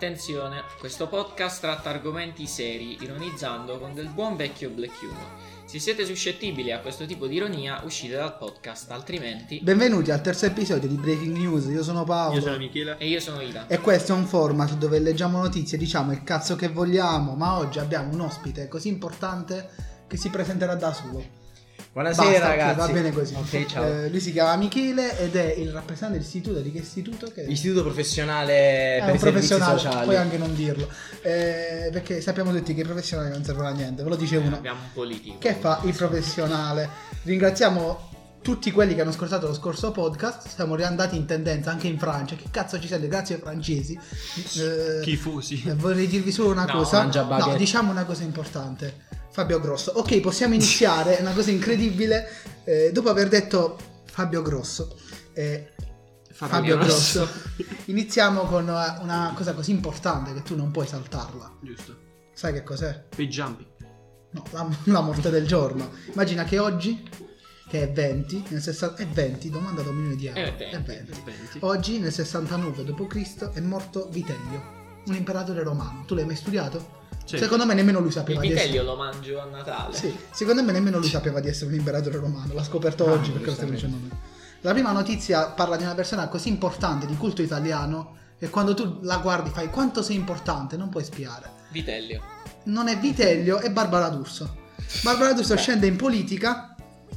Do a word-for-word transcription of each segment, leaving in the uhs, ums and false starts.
Attenzione, questo podcast tratta argomenti seri, ironizzando con del buon vecchio black humor. Se siete suscettibili a questo tipo di ironia, uscite dal podcast, altrimenti... Benvenuti al terzo episodio di Breaking News, io sono Paolo. Io sono Michele. E io sono Ida. E questo è un format dove leggiamo notizie, diciamo il cazzo che vogliamo, ma oggi abbiamo un ospite così importante che si presenterà da solo. Buonasera. Basta, ragazzi. va bene così. Ok, ciao. Eh, lui si chiama Michele ed è il rappresentante dell'istituto. Di che istituto? Che... Istituto professionale è per un i servizi professionale, sociali. puoi anche non dirlo. Eh, perché sappiamo tutti che i professionali non servono a niente, ve lo dice uno. Abbiamo un politico. Che fa il professionale? Ringraziamo tutti quelli che hanno ascoltato lo scorso podcast. Siamo riandati in tendenza anche in Francia. Che cazzo ci siete? Grazie ai francesi. Eh, Schifosi. eh, vorrei dirvi solo una No, cosa. mangia baguette. No, diciamo una cosa importante. Fabio Grosso. Ok, possiamo iniziare. È una cosa incredibile. Eh, dopo aver detto Fabio Grosso, eh, Fabio, Fabio Grosso, iniziamo con una, una cosa così importante che tu non puoi saltarla. Giusto. Sai che cos'è? Per i jumping. No, la, la morte del giorno. Immagina che oggi, che è venti, nel sessanta, è venti, domanda da un milione di euro. È venti. È venti. venti. Oggi, nel sessantanove dopo Cristo, è morto Vitellio, un imperatore romano. Tu l'hai mai studiato? Sì. Secondo me nemmeno lui Il sapeva di vitello essere... lo mangio a Natale. Sì, secondo me nemmeno lui sapeva di essere un imperatore romano. L'ha scoperto Ah, oggi perché lo stiamo dicendo noi. La prima notizia parla di una persona così importante, di culto italiano, che quando tu la guardi fai quanto sei importante, non puoi spiare. Vitello. Non è Vitellio, è Barbara D'Urso. Barbara D'Urso scende in politica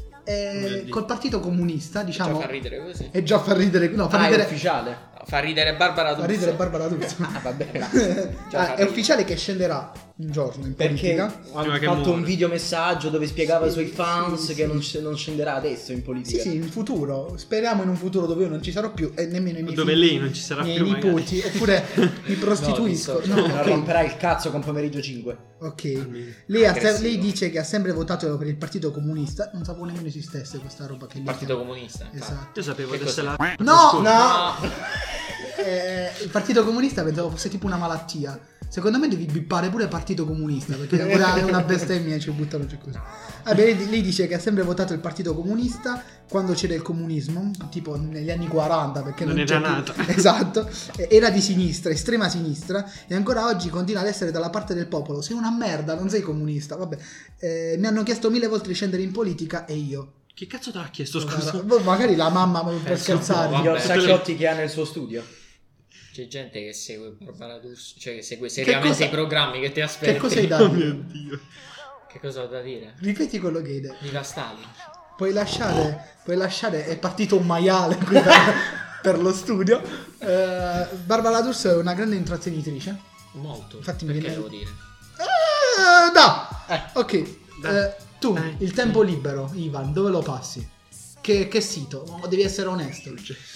e Dio. col Partito Comunista, diciamo, Già fa ridere così. e già fa ridere, no, fa Ah, è ridere, ufficiale. Fa ridere Barbara fa D'Urso. ridere Barbara D'Urso. Ah, vabbè. Già Ah, fa è ridere. ufficiale che scenderà un giorno in Perché politica. hanno Prima che fatto muore. un video messaggio dove spiegava ai suoi Sì, fans sì, che sì. non, sc- non scenderà adesso in Sì, politica. sì, in futuro. Speriamo in un futuro dove io non ci sarò più e nemmeno i miei Dove figli, lei non ci sarà i miei più, magari. nipoti, oppure mi prostituisco. No, No, Non ok. romperà il cazzo con pomeriggio cinque. Ok. Almeno. Lei, ha se- Aggressivo. lei dice che ha sempre votato per il Partito Comunista. Non sapevo nemmeno esistesse questa roba che lei Partito chiama. Comunista. infatti. Esatto. Io sapevo Che di essere la... No, Scusa. no. Eh, il Partito Comunista pensavo fosse tipo una malattia. Secondo me devi bippare pure Partito Comunista, perché ora è una bestemmia e ci buttano giù così. Vabbè, lei, lei dice che ha sempre votato il Partito Comunista quando c'era il comunismo, tipo negli anni quaranta, perché non, Non c'è era più- nata. Esatto, eh, era di sinistra, estrema sinistra, e ancora oggi continua ad essere dalla parte del popolo. Sei una merda, non sei comunista. Vabbè, eh, mi hanno chiesto mille volte di scendere in politica e io. Che cazzo te l'ha chiesto, scusa? Boh, magari la mamma per Penso scherzare. un po', Io vabbè. Sacchiotti che ha nel suo studio. C'è gente che segue Barbara D'Urso, cioè che segue seriamente cosa- i programmi che ti aspetti. Che cosa hai da Oh dire? mio Dio. Che cosa ho da dire? Ripeti quello che hai detto. Viva Stalin. Puoi lasciare, puoi lasciare, è partito un maiale qui per, per lo studio. Eh, Barbara D'Urso è una grande intrattenitrice. Molto. Infatti mi Perché viene- devo dire? Eh, no! Eh. Ok, Dai. eh, tu, Dai. il tempo libero, Ivan, dove lo passi? Che, che sito? No, devi essere onesto.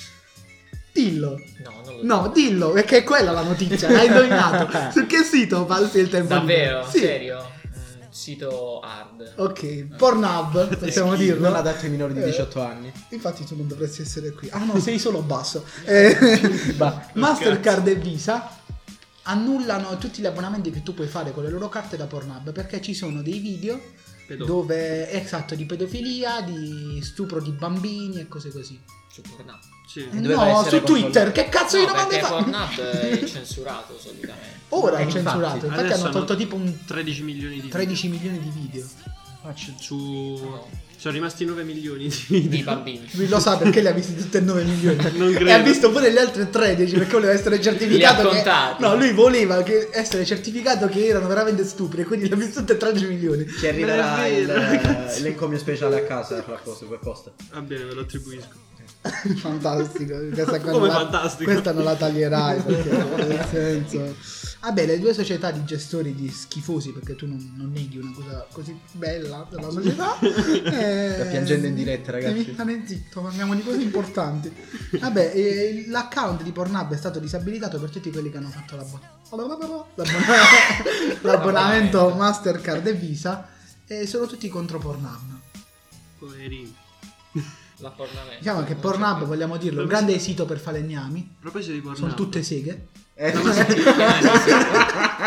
Dillo. No, non lo No, dillo, perché è quella la notizia, l'hai indovinato. Su che sito passi il tempo Davvero? libero? Sì. Serio? Mm, sito hard. Ok, Pornhub, possiamo dirlo. Non adatto ai minori di Eh, diciotto anni. Infatti tu non dovresti essere qui. Ah no, sei solo basso. Eh, Bah. Mastercard e Visa annullano tutti gli abbonamenti che tu puoi fare con le loro carte da Pornhub, perché ci sono dei video Pedo. dove, esatto, di pedofilia, di stupro di bambini e cose così. Su Pornhub. Sì. Eh, Doveva no, essere su Twitter, controllato. che cazzo No, di domande perché fa? Pornhub è censurato solitamente. Ora Eh, è infatti. censurato, infatti Adesso hanno tolto hanno tipo un tredici milioni di tredici milioni di video. Faccio su... No. Sono rimasti nove milioni di video. Di bambini. Lui lo sa perché li ha visti tutti e nove milioni. Non credo. E ha visto pure le altre tredici perché voleva essere certificato Li ha che... contati. No, lui voleva che essere certificato che erano veramente stupri, quindi li ha visti tutte e tredici milioni. Ci arriverà Non è il, vero, eh, ragazzi. l'encomio speciale a casa fra posto per posta. Va bene, ve lo attribuisco. Fantastico. Questa, qua Come non la- fantastico? questa non la taglierai perché nel senso... Vabbè, le due società di gestori di schifosi, perché tu non, non neghi una cosa così bella della società. eh, Sta piangendo in diretta, ragazzi. Devi stare zitto, parliamo di cose importanti. Vabbè, eh, l'account di Pornhub è stato disabilitato per tutti quelli che hanno fatto l'abbon- l'abbon- l'abbonamento Mastercard e Visa, e sono tutti contro Pornhub. Poverini. La pornamento. Diciamo che Non Pornhub, c'è più. vogliamo dirlo, un grande sito per falegnami. A proposito di porno. Sono tutte seghe. Eh,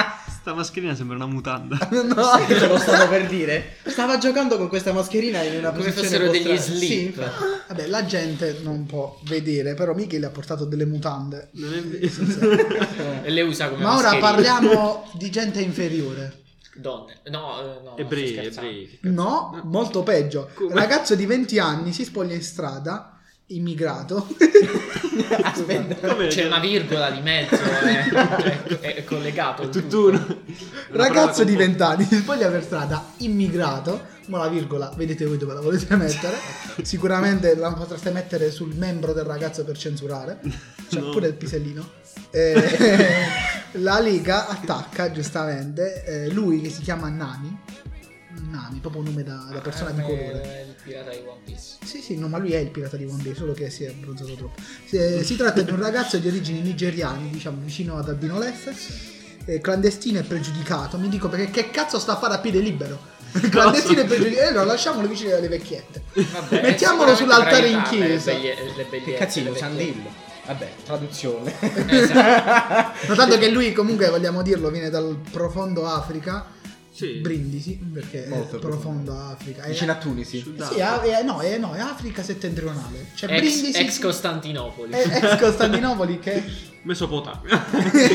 Sta mascherina sembra una mutanda. No. Sai che te lo stavo per dire? Stava giocando con questa mascherina in una Come posizione fossero un po' degli strana. Sì, slip. infatti. Vabbè, la gente non può vedere, però Michele ha portato delle mutande. Non è vero. E le usa come Ma ora mascherine. parliamo di gente inferiore. Donne. No, eh, no. Ebrei, sto scherzando. ebrei. No, molto peggio. Come? Ragazzo di venti anni si spoglia in strada, immigrato. Aspetta. Come? C'è una virgola di mezzo, è, è, è collegato. il tutto. Tutt'uno. Ragazzo di venti anni si spoglia per strada, immigrato. Ma la virgola, vedete voi dove la volete mettere. Sicuramente la potreste mettere sul membro del ragazzo per censurare. C'è No. pure il pisellino. Eh, la Lega attacca giustamente eh, lui che si chiama Nami. Nami, proprio un nome da, da persona Ah, di come colore. il pirata di One Piece. Sì, sì, no, ma lui è il pirata di One Piece, solo che si è abbronzato troppo. Si, si tratta di un ragazzo di origini nigeriane, diciamo vicino ad Albino Leffe, eh, clandestino e pregiudicato. Mi dico perché che cazzo sta a fare a piede libero? Clandestino e pregiudicato. Eh no, lasciamolo vicino alle vecchiette. Vabbè, Mettiamolo sicuramente sull'altare in per aiutare chiesa. Le, beglie- le Che bellezze, cazzino, le vecchiette. Sandillo. Vabbè, traduzione. Esatto. Notando che lui comunque, vogliamo dirlo, viene dal profondo Africa, Sì. Brindisi, perché Molto è profondo Africa. È- Vicino a Tunisi. Sud sì, è- è- no, è, no, è Africa settentrionale. Cioè Ex, Brindisi, ex Costantinopoli. è- ex Costantinopoli che Mesopotamia.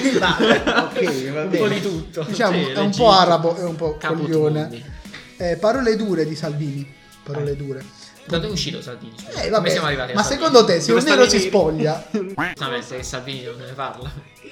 Ok, va Un po' di bene. tutto. diciamo Sì, è un l'Egitto. po' arabo e un po' Caput coglione. Mundi. Eh, parole dure di Salvini. Parole dure. Da dove è uscito Salvini? scusa? Eh, Come vabbè, siamo arrivati a ma Salvini? secondo te se Dove un sta nero si Salvini? spoglia, Giustamente che Salvini non ne parla.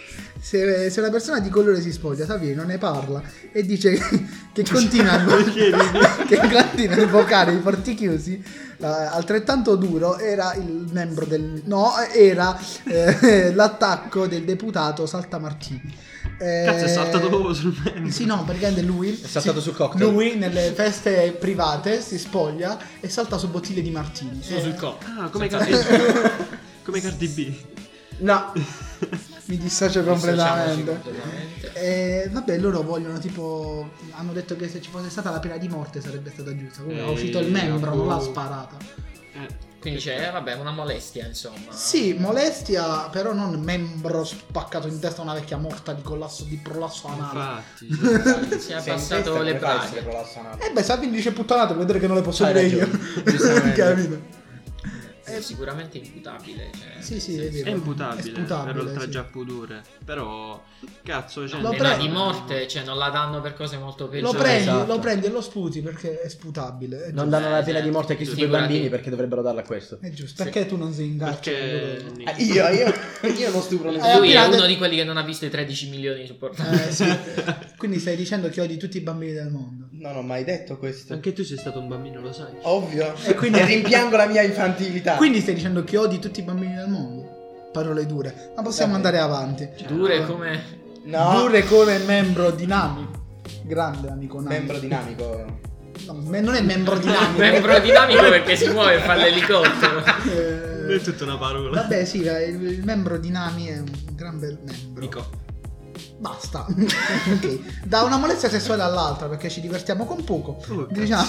se, se una persona di colore si spoglia, Salvini non ne parla e dice che, che continua a che continua a invocare i porti chiusi. eh, altrettanto duro era il membro del no era eh, l'attacco del deputato Saltamartini. Eh, Cazzo, è saltato proprio sul membro. Sì, no, praticamente lui È saltato si- sul cocktail. Lui nelle feste private si spoglia e salta su bottiglie di martini. Solo Eh, sul coppo. Ah, come Senza- Cardi Come Cardi B. No. mi dissocio Dissociamoci completamente. completamente. E vabbè, loro vogliono tipo. Hanno detto che se ci fosse stata la pena di morte sarebbe stata giusta. Comunque ha Ehi, uscito il membro, non l'ha oh. sparata. Eh. Quindi c'è, vabbè, una molestia, insomma. Sì, molestia, però non membro spaccato in testa a una vecchia morta di collasso di prolasso anale. Infatti. Si è Sei in passato testa, le come fai a essere braghe. prolasso anale? E beh, Salvini dice puttanato per vedere che non le posso Hai dire io. ragione, giustamente. Capito? È sicuramente imputabile. Cioè, Sì, sì, nel è senso- È imputabile, È sputabile, per oltre sì. a pudore. Però, cazzo, cioè, Lo pena pre- di morte, cioè non la danno per cose molto Lo peggiori. prendi, Esatto. lo prendi e lo sputi perché è sputabile. È Non giusto. danno la pena Eh, di morte a Cristo per i figurati. bambini perché dovrebbero darla a questo. È giusto. Perché tu non sei in carcere? Perché loro- Ah, io, io, io non stupro Eh, nessuno. Lui è appena uno de- di quelli che non ha visto i tredici milioni su portale. Eh, sì. Quindi stai dicendo che odi tutti i bambini del mondo. Non ho mai detto questo. Anche tu sei stato un bambino, lo sai. Ovvio. E quindi- E rimpiango la mia infantilità. Quindi stai dicendo che odi tutti i bambini del mondo. Parole dure. Ma possiamo Vabbè. andare avanti. Dure come... No. Dure come membro dinamico. Grande amico Nami. Membro dinamico. No, me- non è membro dinamico. membro dinamico perché si muove e fa l'elicottero. Non è Eh, tutta una parola. vabbè, sì, il, il membro di Nami è un gran bel membro. Nico. Basta. Ok. Da una molestia sessuale all'altra, perché ci divertiamo con poco. Oh, Diciamo,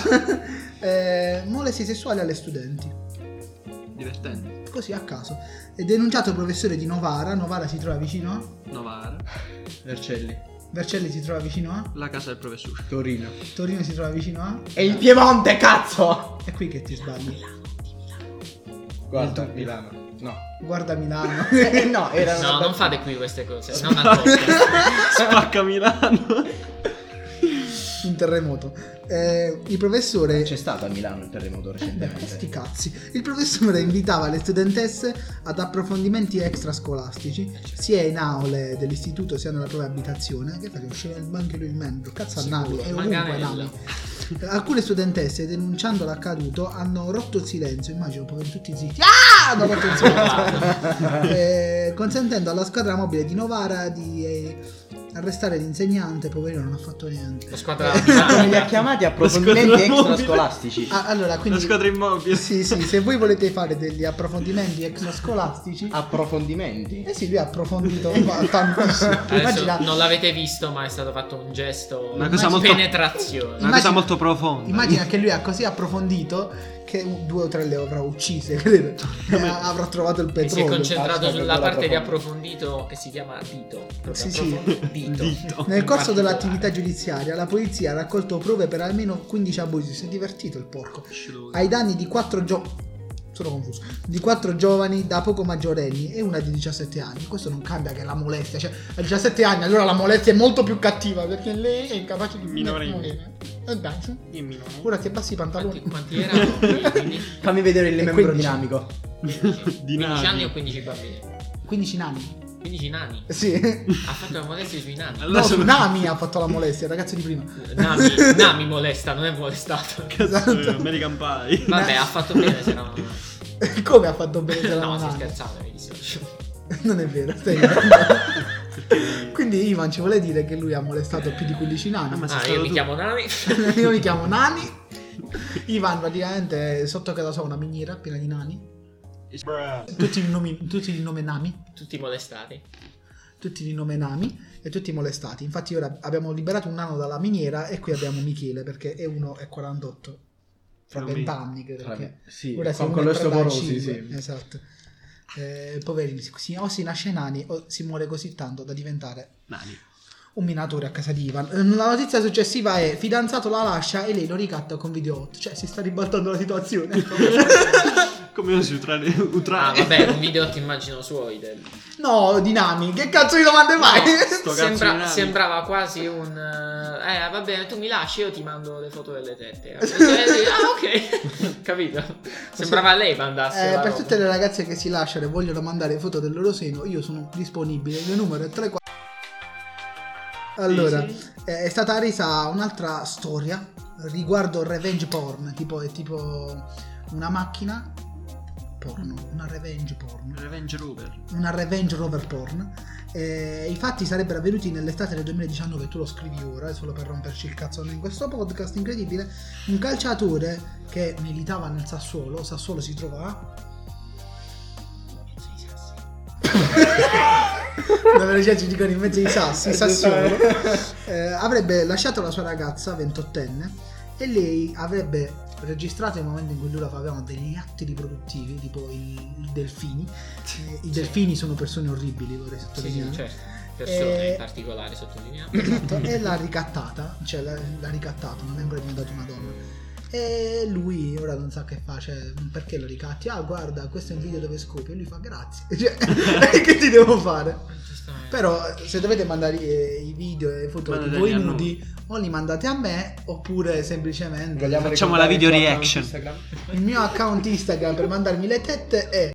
eh, molestie sessuali alle studenti. Divertente. Così a caso. È denunciato il professore di Novara. Novara si trova vicino a. Novara. Vercelli. Vercelli si trova vicino a. La casa del professore. Torino. Torino si trova vicino a. E il Piemonte, cazzo! È qui che ti sbagli. Guarda, Il dubbio. Milano. No. Guarda Milano. Eh, no, era No, una non fate qui queste cose. Non al podcast. Spacca Milano. Un terremoto. Eh, il professore. C'è stato a Milano il terremoto Sti recentemente. cazzi. Il professore invitava le studentesse ad approfondimenti extrascolastici, sia in aule dell'istituto sia nella propria abitazione. Che faceva uscire anche lui il membro? Cazzo a Nami, è ovunque Manganello. Nami. Alcune studentesse, denunciando l'accaduto, hanno rotto il silenzio. Immagino proprio tutti zitti. Ah! Hanno rotto il silenzio. Eh, consentendo alla squadra mobile di Novara di eh, arrestare l'insegnante. Poverino, non ha fatto niente. La squadra Come li ha chiamati approfondimenti squadra mobile. extrascolastici? Ah, allora, quindi La squadra immobile. Sì, sì, se voi volete fare degli approfondimenti extrascolastici. Approfondimenti? Eh sì, lui ha approfondito tantissimo. Adesso Immagina, non l'avete visto, ma è stato fatto un gesto Una cosa di molto- penetrazione. Una Immagina- cosa molto profonda. immagina che lui ha così approfondito che un- due o tre le avrà uccise, credo. E avrà trovato il E si è petrolio. concentrato Hashtag sulla parte di approfondito. approfondito che si chiama dito. Sì, sì. Dito. Dito. Nel corso In dell'attività giudiziaria la polizia ha raccolto prove per almeno quindici abusi. Si è divertito il porco. Ai danni di quattro gio- sono confuso. Di quattro giovani da poco maggiorenni e una di diciassette anni. Questo non cambia che è la molestia. Cioè, a diciassette anni allora la molestia è molto più cattiva perché lei è incapace di Minorenni. morire. E dai, sì. Dimmi, no? Ora ti abbassi i Quanti, pantaloni. quanti erano? Quindi Fammi vedere il E membro quindici. dinamico. quindici anni o quindici bambini? quindici nani. quindici nani. Sì. Ha fatto la molestia sui nani. Allora No, su sono- Nami ha fatto la molestia, il ragazzo di prima. Nami, Nami molesta, non è molestato. Cazzo, eh, American Pie. Vabbè, ha fatto bene se no. Come ha fatto bene se la No, sto Nami? scherzando, mi dissocio. Non è vero, stai Quindi Ivan ci vuole dire che lui ha molestato più di quindici nani. Ma sei Ah, stato io mi tu. chiamo Nami. Io mi chiamo Nani. Ivan praticamente è sotto casa sua una miniera piena di nani. Tutti di nome, tutti di nome Nami. Tutti molestati. Tutti di nome Nami e tutti molestati. Infatti ora abbiamo liberato un nano dalla miniera e qui abbiamo Michele perché è uno e quarantotto. Fra Più o meno. vent'anni credo. Perché Sì, ora con, siamo con nel l'osteoporosi, trentacinque. sì. Esatto. Eh, poverini, si- o si nasce nani o si muore così tanto da diventare Nani. un minatore a casa di Ivan. Eh, La notizia successiva è fidanzato la lascia e lei lo ricatta con video hot. Cioè si sta ribaltando la situazione. Come non si utrare? Ah, utrare. vabbè, un video ti immagino suoi. Del... No, Dinami, che cazzo di domande fai? Sto cazzo Sembra- di nani. sembrava quasi un eh va bene, tu mi lasci, io ti mando le foto delle tette. Ah, ok. Capito? Sembrava lei mandasse Eh, la per roba. tutte le ragazze che si lasciano e vogliono mandare foto del loro seno, io sono disponibile. Il mio numero è tre quattro. Allora, Sì, sì. eh, è stata resa un'altra storia riguardo revenge porn, tipo è tipo una macchina porno, una revenge porn. Revenge Rover. Una revenge rover porn. Eh, I fatti sarebbero avvenuti nell'estate del duemiladiciannove, tu lo scrivi ora, è solo per romperci il cazzo in questo podcast incredibile. Un calciatore che militava nel Sassuolo, Sassuolo si trova dove ci dicono in mezzo ai sassi, Sassuolo, eh, avrebbe lasciato la sua ragazza ventottenne e lei avrebbe registrato il momento in cui loro avevano degli atti riproduttivi tipo i, i delfini. Eh, i delfini sono persone orribili, vorrei Sì, sottolineare. sì, certo. Persone Eh, in particolare sottolineiamo. Esatto, e l'ha ricattata, cioè l'ha, l'ha ricattato, non è ancora diventata una donna. E lui ora non sa che fa, cioè perché lo ricatti? Ah, guarda, questo è un video dove scopi. E lui fa grazie. Cioè, che ti devo fare? Però se dovete mandare i video e foto di Mandateli voi a nudi, o li mandate a me oppure semplicemente Vogliamo Facciamo la ricordare video il tuo account reaction. Instagram? il mio account Instagram per mandarmi le tette è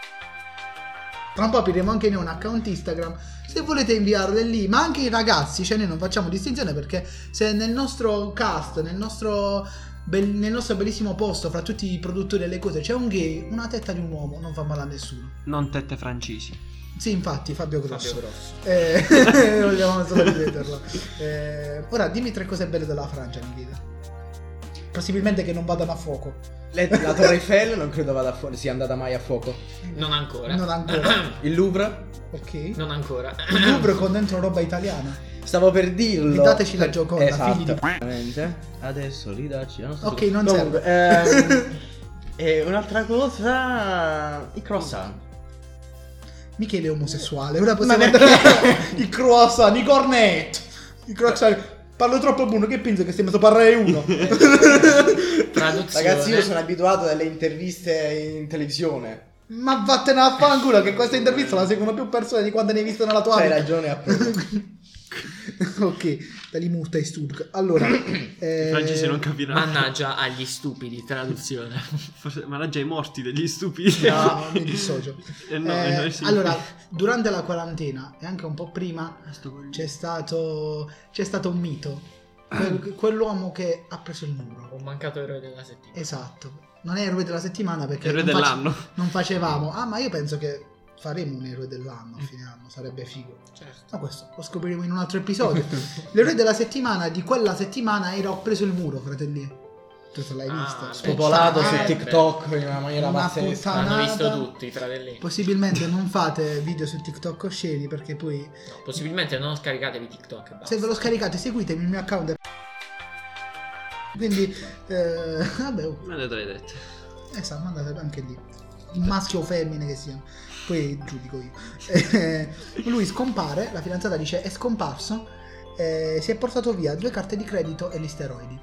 tra un po' apriremo anche noi un account Instagram se volete inviarle lì, ma anche i ragazzi, cioè noi non facciamo distinzione perché se nel nostro cast, nel nostro bel- nel nostro bellissimo posto fra tutti i produttori e le cose c'è un gay, una tetta di un uomo non fa male a nessuno. Non tette francesi. Sì, infatti, Fabio Grosso. Fabio Grosso. Eh, vogliamo solo ripeterlo. Eh, ora dimmi tre cose belle della Francia, Michele. Possibilmente che non vadano a fuoco. Le- la Torre Eiffel non credo vada a fuoco, sia andata mai a fuoco. Non ancora. Non ancora. Il Louvre? Ok. Non ancora. Il Louvre con dentro roba italiana. Stavo per dirlo. Ridateci la Gioconda, Esatto. figli di Veramente. Adesso ridacci. Non so Ok, se- non Comunque, serve. ehm, e un'altra cosa. I croissant. Michele è omosessuale. Ora possiamo Ma andare. I croissant, i cornet. I croissant. Parlo troppo buono, che penso che stiamo a parlare uno. Traduzione. Ragazzi, io sono abituato alle interviste in televisione. Ma vattene a fanculo che questa intervista la seguono più persone di quante ne hai visto nella tua Hai vita. ragione, appunto. Ok, dagli multa e stud. Allora, I eh, francesi non capiranno. Mannaggia agli stupidi, traduzione. Forse- Mannaggia ai morti degli stupidi. no, mi dissocio. Eh no, Eh, eh sì. Allora, durante la quarantena e anche un po' prima c'è stato c'è stato un mito. Que- quell'uomo che ha preso il muro. Ho mancato eroe della settimana. Esatto. Non è eroe della settimana perché Eroe non, face- dell'anno. non facevamo. Ah, ma io penso che faremo un eroe dell'anno a fine anno, sarebbe figo. Certo. Ma questo lo scopriremo in un altro episodio. L'eroe della settimana di quella settimana era Ho preso il muro, fratelli. Tu te l'hai Ah, visto? beh. Spopolato su Eh, TikTok in una maniera Una pazzesca. puttana. L'hanno visto Sanata. tutti, fratelli. Possibilmente non fate video su TikTok osceni perché poi No, possibilmente non scaricatevi TikTok. e basta. se ve lo scaricate seguitemi il mio account. Quindi eh, vabbè, oh. Me le tre dette. Esatto, mandate anche lì. Maschio o femmine che siano. Poi giudico io. Eh, lui scompare, la fidanzata dice è scomparso, eh, si è portato via due carte di credito e gli steroidi.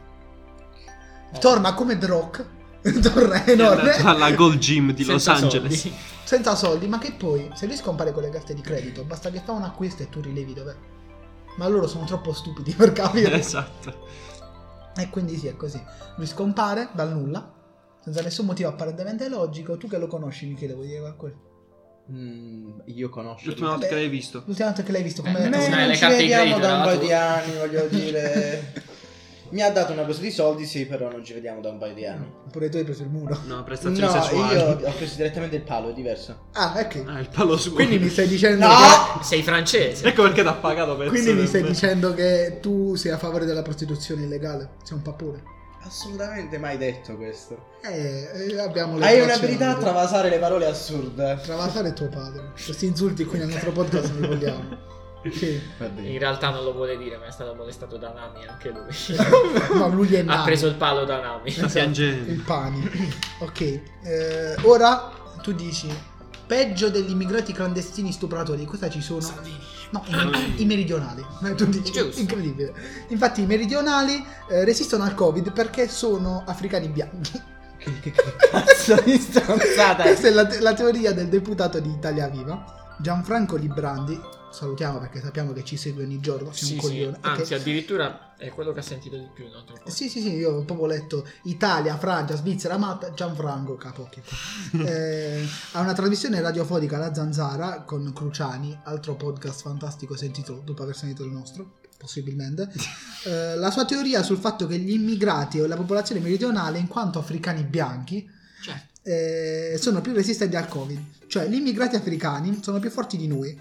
Torna come The Rock, torna È enorme, andato alla Gold Gym di Los Senza Angeles. soldi. senza soldi, ma che poi, se lui scompare con le carte di credito, basta che fa un acquisto e tu rilevi dov'è. Ma loro sono troppo stupidi per capire. Esatto. E quindi sì, è così. Lui scompare dal nulla, senza nessun motivo apparentemente logico. Tu che lo conosci, Michele, vuoi dire qualcosa? Mm, io conosco. L'ultima volta Vabbè. che l'hai visto. L'ultima volta che l'hai visto, come Eh, hai detto? tu Noi sai, non le ci carte di vediamo credito da un era paio tu. di anni, voglio dire. Mi ha dato una cosa di soldi, sì, però non ci vediamo da un paio di anni. Pure tu hai preso il muro. No, prestazioni No, sessuali. io ho preso direttamente il palo, è diverso. Ah, ok. Ah, il palo suo. Quindi mi stai dicendo No! che... Sei francese. Ecco perché ti ha pagato per Quindi mi stai dicendo che tu sei a favore della prostituzione illegale? Sei un pappone? Assolutamente mai detto questo. Eh, eh, abbiamo le Hai prossime un'abilità a ore. travasare le parole assurde. Travasare tuo padre. Questi insulti qui nel nostro podcast non li vogliamo. Sì. Va bene. In realtà non lo vuole dire, ma è stato molestato da Nami anche lui. Ma lui è Ha nato. preso il palo da Nami. Sta piangendo. Il pani. Ok. eh, ora tu dici peggio degli immigrati clandestini stupratori. Cosa ci sono? No, i, i meridionali. Eh, Tu dici, Giusto. incredibile. Infatti i meridionali eh, resistono al Covid perché sono africani bianchi. Che, che, che cazzo di stronzata. Questa è la, la teoria del deputato di Italia Viva, Gianfranco Librandi. Salutiamo perché sappiamo che ci segue ogni giorno. Sei Sì, un sì. coglione. Anzi, Ok. addirittura è quello che ha sentito di più. No? Troppo. Sì, sì, sì, io ho proprio letto Italia, Francia, Svizzera, Malta, Gianfranco Capocchio. eh, ha una trasmissione radiofonica La Zanzara con Cruciani, altro podcast fantastico sentito dopo aver sentito il nostro, possibilmente. Eh, la sua teoria sul fatto che gli immigrati o la popolazione meridionale, in quanto africani bianchi, Cioè, eh, sono più resistenti al Covid. Cioè, gli immigrati africani sono più forti di noi.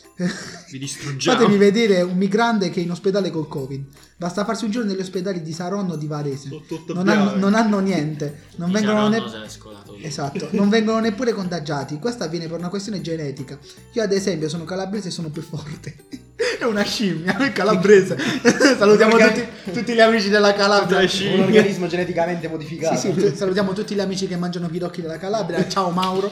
Vi distruggiamo. Fatemi vedere un migrante che è in ospedale col Covid. Basta farsi un giorno negli ospedali di Saronno o di Varese. Non hanno, non hanno niente. Non di vengono Saronno ne- se l'è scolato lui. Esatto, non vengono neppure contagiati. Questo avviene per una questione genetica. Io, ad esempio, sono calabrese e sono più forte. È una scimmia, è calabrese. Salutiamo Organ- tutti, tutti gli amici della Calabria. Un organismo geneticamente modificato. Sì, sì, salutiamo tutti gli amici che mangiano pirocchi della Calabria. Ciao Mauro.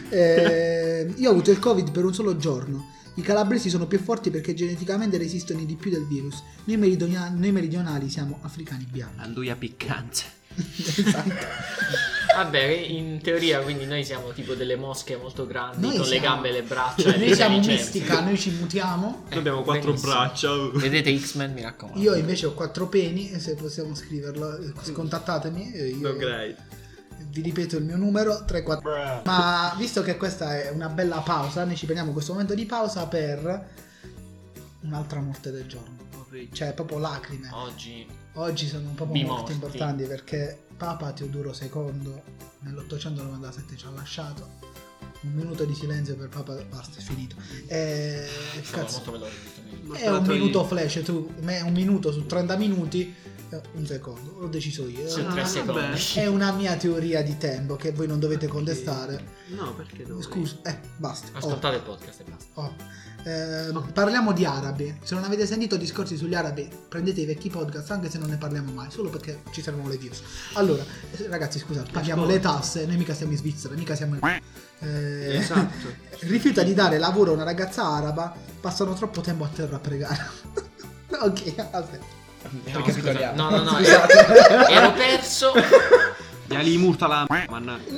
Eh, io ho avuto il Covid per un solo giorno. I calabresi sono più forti perché geneticamente resistono di più del virus. Noi meridionali, noi meridionali siamo africani bianchi. Anduia piccanza. Esatto. Vabbè, in teoria quindi noi siamo tipo delle mosche molto grandi Noi con le siamo- gambe e le braccia e Noi siamo l'intelligenza. mistica, noi ci mutiamo. Noi abbiamo quattro benissimo. braccia. oh. Vedete X-Men, mi raccomando. Io invece ho quattro peni, e se possiamo scriverlo, eh, contattatemi. eh, Io No, great. vi ripeto il mio numero tre quattro. Ma visto che questa è una bella pausa, noi ci prendiamo questo momento di pausa per un'altra morte del giorno. Cioè proprio lacrime. Oggi Oggi sono proprio morti Bimorti. importanti perché Papa Teodoro secondo nell'ottocentonovantasette ci ha lasciato. Un minuto di silenzio per Papa, basta, è finito. Eh, è stato cazzo, molto veloce questo minuto. è un minuto flash, tu me- un minuto su trenta minuti, eh, un secondo, l'ho deciso io. Su Eh, tre Ah, secondi. vabbè. È una mia teoria di tempo che voi non dovete contestare. No, perché dovrei? Scusa, eh, basta. Oh, Ascoltate il podcast e basta. oh. Eh, parliamo di arabi. Se non avete sentito discorsi sugli arabi, prendete i vecchi podcast, anche se non ne parliamo mai, solo perché ci servono le views. Allora, eh, ragazzi, scusate, paghiamo le tasse, noi mica siamo in Svizzera, mica siamo in... Eh, Esatto. rifiuta di dare lavoro a una ragazza araba, passano troppo tempo a terra a pregare. Ok, aspetta. No, Perché scusa, storiamo? no, no, no, Scusate. ero perso. Gli ali murtala. Mannaggia.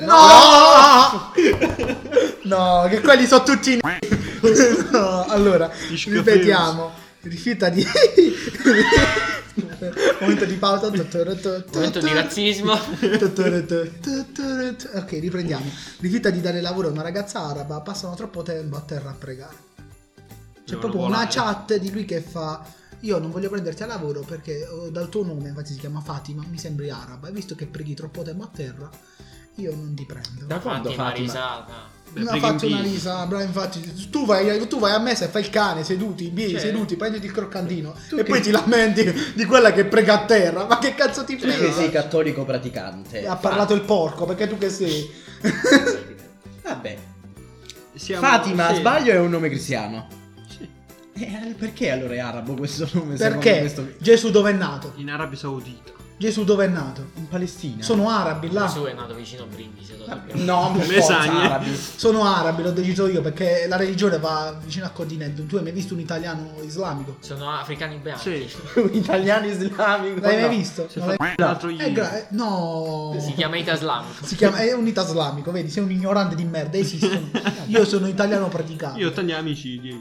No! No, che quelli sono tutti... No, allora, ripetiamo. Rifiuta di... Momento di pausa. Momento di razzismo. Ok, riprendiamo. Rifiuta di dare lavoro a una ragazza araba, passano troppo tempo a terra a pregare. C'è Devono proprio una volare. chat di lui che fa: io non voglio prenderti a lavoro perché oh, dal tuo nome, infatti si chiama Fatima, mi sembri araba, e visto che preghi troppo tempo a terra, io non ti prendo. Da quando Fatti una Fatima? risata. Beh, Mi ha preghi in fatto una piedi. risa, bravo, infatti tu vai, tu vai a messa e fai il cane seduti, bie, Cioè, seduti, prenditi il croccantino e che- poi ti lamenti di quella che prega a terra. Ma che cazzo ti Tu che frega? sei cattolico praticante. Ha parlato il porco, perché tu che sei? Vabbè. Siamo- Fatima, sì. sbaglio, è un nome cristiano. Sì. Eh, perché allora è arabo questo nome? secondo Perché questo- Gesù dove è nato? In Arabia Saudita. Gesù dove è nato? In Palestina. Sono arabi là. Gesù è nato vicino a Brindisi. lo sappiamo. No, per Le forza, sagne. arabi. Sono arabi, l'ho deciso io perché la religione va vicino al continente. Tu hai mai visto un italiano islamico? Sono africani bianchi. Sì. Un italiano islamico. L'hai no. mai visto? Si Non fa l'hai- l'altro È ieri. gra- eh, no. Si chiama Ita islamico. Si chiama, è un ita islamico, vedi? Sei un ignorante di merda, esistono. Io sono italiano praticante. Io ho tanti amici di...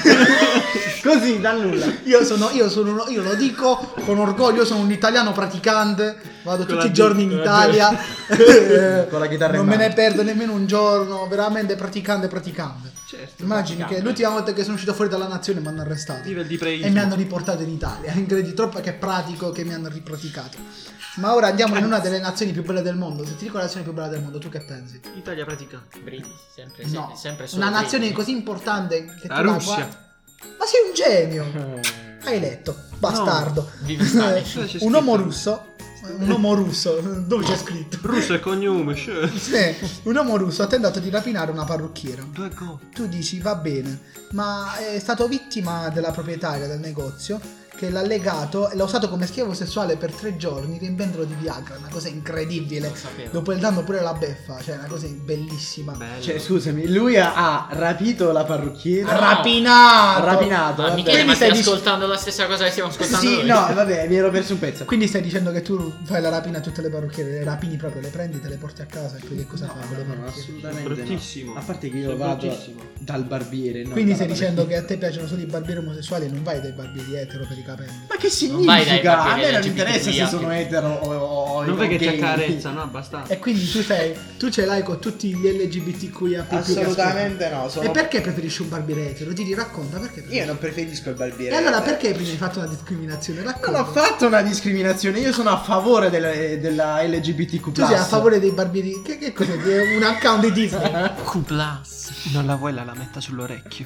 Così, dal nulla. Io sono, io sono uno- io lo dico con orgoglio, sono un italiano praticante, vado Con tutti la i giorni in con la Italia, eh, Con la chitarra non in me mano. ne perdo nemmeno un giorno, veramente praticante, praticante. Certo. Immagini che l'ultima volta che sono uscito fuori dalla nazione mi hanno arrestato Vive il dipreismo. e mi hanno riportato in Italia. Incredibile, troppo che è pratico che mi hanno ripraticato. Ma ora andiamo in una delle nazioni più belle del mondo. Se ti dico la nazione più bella del mondo, tu che pensi? Italia praticante. Brindisi, sempre, No, sempre, sempre solo una nazione Brindisi. così importante che La tu la Russia. guardi- Ma sei un genio! Hai letto, bastardo. Vive Stalin. C'è scritto. un uomo russo, un uomo russo, dove c'è scritto? Russo è cognome, cioè. Sì, un uomo russo ha tentato di rapinare una parrucchiera. Due go. Tu dici va bene, ma è stato vittima della proprietaria del negozio che l'ha legato e l'ha usato come schiavo sessuale per tre giorni riempiendolo di Viagra, una cosa incredibile. Lo sapevo. Dopo il danno pure la beffa, cioè una cosa bellissima. Bello. Cioè, scusami, lui ha, ha rapito la parrucchiera. No. Rapinato! Rapinato. Ma vabbè. Michele, ma Quindi stai stai dic- ascoltando la stessa cosa che stiamo ascoltando Sì, noi? no, vabbè, mi ero perso un pezzo. Quindi stai dicendo che tu fai la rapina a tutte le parrucchiere, le rapini proprio, le prendi, te le porti a casa e poi che cosa No, fai con le no, parrucchiere? assolutamente Bruttissimo. no. A parte che io È vado bruttissimo. dal barbiere. non Quindi dalla stai dicendo che parrucchiera. a te piacciono solo i barbieri omosessuali e non vai dai barbieri etero per i capelli? Ma che Non vai dai significa? A barbieri me non L G B T interessa se Q I A. sono etero o, o, o Non vedi che gay. c'è carezza, no? Abbastanza. E quindi tu sei, tu ce l'hai con tutti gli L G B T Q I A più più che Assolutamente no. ascolti. Sono... E perché preferisci un barbiere etero? Ti racconta perché? Io non preferisco il barbiere. E allora perché prima hai fatto una discriminazione? Non Racconta. ho fatto una discriminazione, io sono a favore delle- della L G B T Q plus. Tu sei a favore dei barbieri. Che, che cos'è? Di un account di Disney? Q plus. Non la vuoi la lametta sull'orecchio?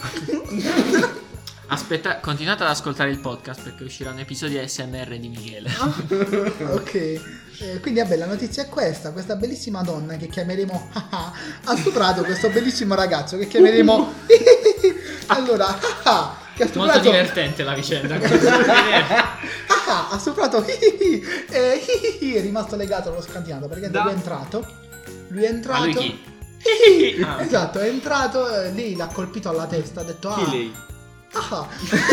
Aspetta, continuate ad ascoltare il podcast perché usciranno episodi A S M R di Michele. Ok. Eh, quindi vabbè, la notizia è questa. Questa bellissima donna che chiameremo ha stuprato questo bellissimo ragazzo che chiameremo allora che ha Molto stuprato divertente la vicenda. come potete vedere. Ah, ha stuprato e è rimasto legato allo scantinato perché Da- lui è entrato lui è Ma entrato lui chi? Ah, ok. esatto, è entrato, eh, lei l'ha colpito alla testa, ha detto ah, Chi lei? ah.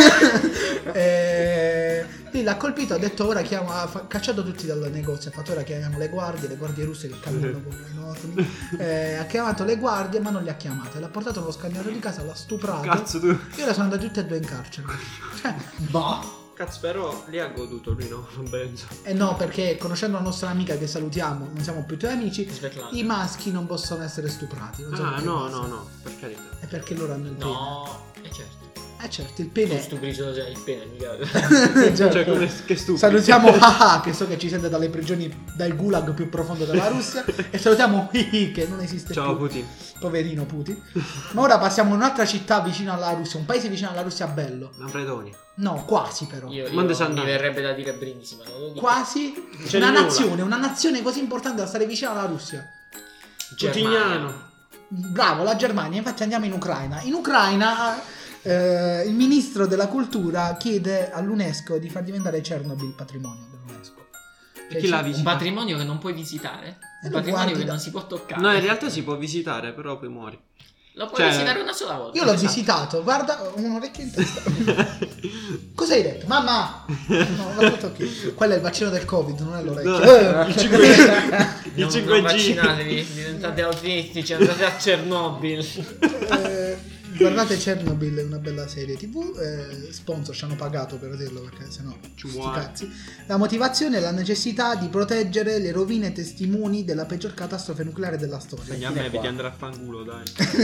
eh, lei l'ha colpito, ha detto ora chiama, ha fa- cacciato tutti dal negozio, ha fatto ora chiamiamo le guardie, le guardie russe che camminano con i notoni, eh, ha chiamato le guardie ma non le ha chiamate, l'ha portato allo scantinato di casa, l'ha stuprato Cazzo tu. e ora sono andati tutti e due in carcere. Cioè, Boh. Cazzo, però lì ha goduto, lui no, non penso. eh no, perché conoscendo la nostra amica che salutiamo, non siamo più tuoi amici, Svetlana. i maschi non possono essere stuprati. Non so Ah, perché no, passa. no, no, per carità. È perché loro hanno il pene. No, eh certo. Eh certo, il Tu pene. stupri solo se hai il pene, mica. Certo. Cioè, come, che stupido. Salutiamo Haha che so che ci sente dalle prigioni, dal gulag più profondo della Russia. E salutiamo Hihi che non esiste Ciao più. Putin. Poverino Putin. Ma ora passiamo in un'altra città vicino alla Russia, un paese vicino alla Russia bello. Manfredonia. No, quasi però. Io, io Mande mi Sandani. verrebbe da dire Brindisi, ma non lo dico. Quasi C'è una nulla. nazione, una nazione così importante da stare vicino alla Russia. Putiniano. Bravo, la Germania. Infatti andiamo in Ucraina. In Ucraina eh, il ministro della cultura chiede all'UNESCO di far diventare Chernobyl patrimonio dell'UNESCO. E chi l'ha Un visitato? patrimonio che non puoi visitare? Eh, Un lo patrimonio guardi che da- non si può toccare. No, in realtà si può visitare, però poi muori. Lo puoi Cioè- visitare una sola volta. Io l'ho Esatto. visitato, guarda, ho un orecchio in testa. Cosa hai detto? Mamma! No, va tutto ok. Quello è il vaccino del Covid, non è l'orecchio. No, Eh. il cinque G. Il Non, cinque non G. vaccinatevi, diventate autistici, andate a Chernobyl. Eh, guardate Chernobyl, è una bella serie tv, eh, sponsor ci hanno pagato per vederlo perché sennò Ci sti vuole. cazzi. La motivazione è la necessità di proteggere le rovine testimoni della peggior catastrofe nucleare della storia. Quindi a me vedi andare a fanculo, dai.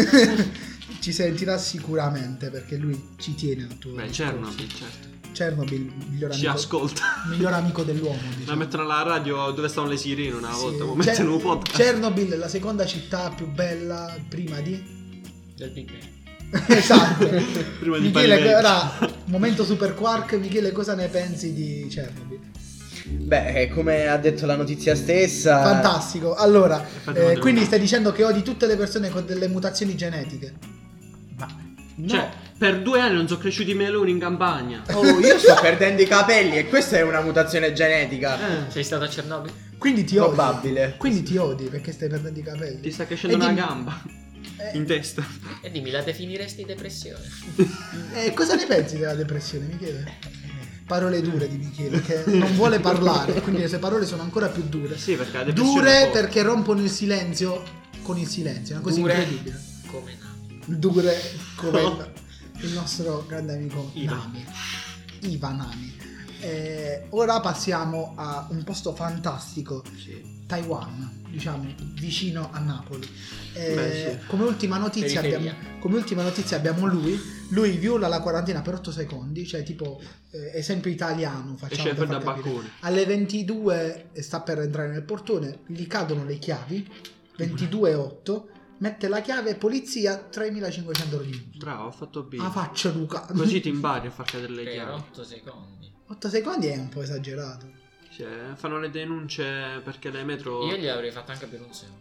Ci sentirà sicuramente perché lui ci tiene al tuo Beh, discorso. Chernobyl, certo. Chernobyl, miglior Ci amico, ascolta. miglior amico dell'uomo, La diciamo. mettono alla radio dove stavano le sirene una Sì. volta, ma Cer- mettono un podcast. Chernobyl è la seconda città più bella prima di Del Big Bang. esatto. Prima di Michele, Pariveggi. ora momento super quark. Michele, cosa ne pensi di Chernobyl? Beh, eh, come ha detto la notizia stessa. Fantastico. Allora, Infatti eh, non devo- quindi stai dicendo che odi tutte le persone con delle mutazioni genetiche? Ma no. Cioè, Per due anni non sono cresciuti i meloni in campagna. Oh, io sto perdendo i capelli e questa è una mutazione genetica. Eh, Sei stato a Chernobyl? Quindi ti odi. Probabile. Quindi ti odi perché stai perdendo i capelli. ti sta crescendo E una dimmi- gamba Eh, in testa. E dimmi, la definiresti depressione? eh, cosa ne pensi della depressione, Michele? Parole dure di Michele che non vuole parlare, quindi le sue parole sono ancora più dure. Sì, perché la depressione è Dure forte. perché rompono il silenzio con il silenzio, è una cosa Dure incredibile. come Nami. Dure come il, il nostro grande amico Iva. Nami. Iva Nami. Eh, ora passiamo a un posto fantastico, Sì. Taiwan, diciamo vicino a Napoli. Eh, Beh, sì. come ultima notizia Periferia. abbiamo, come ultima notizia abbiamo lui. Lui viola la quarantena per otto secondi, cioè tipo eh, esempio italiano, facciamo Esce per fuori far da capire. baccone. Alle ventidue sta per entrare nel portone, gli cadono le chiavi, ventidue e otto, mette la chiave, polizia, tremilacinquecento euro di multa. Bravo, ho fatto bene. Ah, faccia Luca. Così ti impari a far cadere le Per chiavi. otto secondi. otto secondi è un po' esagerato. Cioè, fanno le denunce perché le metro. Io gli avrei fatto anche per un secondo.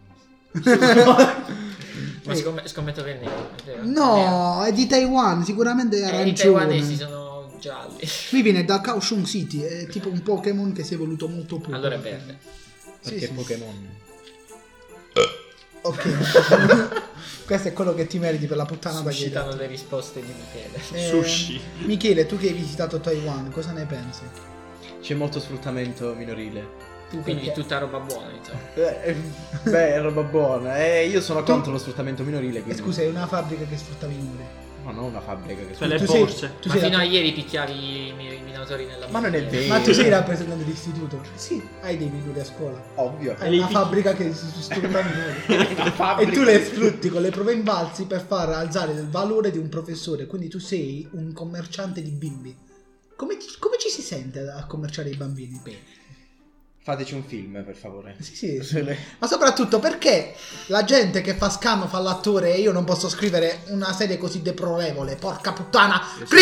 Ma Eh, scomm- scommetto che è nero, è vero? no, è di Taiwan, sicuramente è Nero. Eh, i taiwanesi arancione. sono gialli. Lui viene da Kaohsiung City, è tipo un Pokémon che si è evoluto molto poco. Allora è verde. Sì, Perché sì. Pokémon. Ok. Questo è quello che ti meriti per la puttanata che hai Suscitano dato. le risposte di Michele. Eh, Sushi. Michele, tu che hai visitato Taiwan, cosa ne pensi? C'è molto sfruttamento minorile. Tu quindi Perché? tutta roba buona, insomma. Eh, beh, è roba buona. Eh, io sono Tu- contro lo sfruttamento minorile. Eh, Quindi... scusa, è una fabbrica che sfrutta i minori. Ma non una fabbrica che Per le Tu sei- borse. tu Ma sei fino la- a ieri picchiavi i mi- i minatori nella Ma non è bandiera. vero. Ma tu sei rappresentante d'istituto? Sì, hai dei minori a scuola. Ovvio. Hai li una picchi. fabbrica che si sfrutta minori. La E fabbrica. tu le sfrutti con le prove invalsi per far alzare il valore di un professore. Quindi tu sei un commerciante di bimbi. Come, ci- come ci si sente a commerciare i bambini? Fateci un film, per favore. Sì, sì, Se le- ma soprattutto perché la gente che fa scam fa l'attore e io non posso scrivere una serie così deplorevole, porca puttana.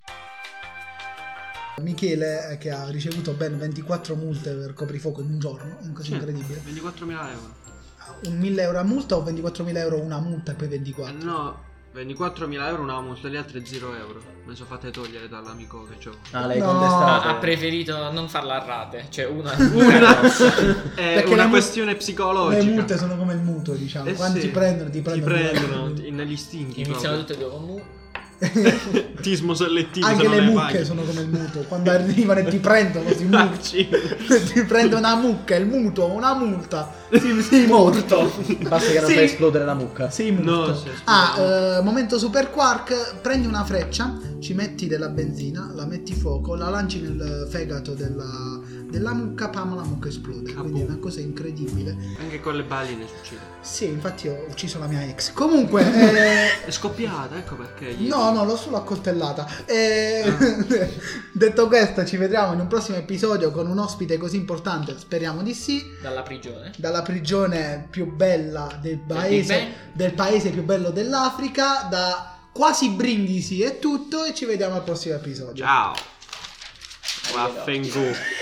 Michele eh, che ha ricevuto ben ventiquattro multe per coprifuoco in un giorno, una cosa Sì, incredibile. ventiquattromila euro. Un mille euro a multa o ventiquattromila euro una multa e poi Eh, ventiquattro? no, ventiquattromila euro una multa, le altre zero euro. Me sono fatte togliere dall'amico che c'ho. Ah, l'hai No. contestato. Ha preferito non farla a rate, cioè una, Una grossa. è Perché una le mu- questione Le psicologica. multe sono come il mutuo, diciamo. Eh Quando sì. ti prendono, ti Ti prendono. prendono ti- negli stinchi. Iniziano proprio. tutte e due con mu. Tismo selettivo. Anche se non le ne mucche paghi. sono come il mutuo. Quando arrivano e ti prendono, si mucca. Facci. Ti prende una mucca, il mutuo, una multa. Sei, sei morto. Basta che non Sì. fai esplodere la mucca. Sei No, morto. si è Ah, esploso. eh, momento super quark. Prendi una freccia, ci metti della benzina, la metti fuoco, la lanci nel fegato della, della mucca, pam, la mucca esplode. Ah, Quindi è boh. una cosa incredibile. Anche con le balline succede. Sì, infatti ho ucciso la mia ex. Comunque, eh, È scoppiata, ecco perché. gli- no, no, l'ho solo accoltellata. Eh, Ah. detto questo, ci vedremo in un prossimo episodio con un ospite così importante. Speriamo di sì. Dalla prigione. Dalla prigione più bella del Big paese, Bang. del paese più bello dell'Africa. Da quasi Brindisi è tutto. E ci vediamo al prossimo episodio. Ciao. Waffengo.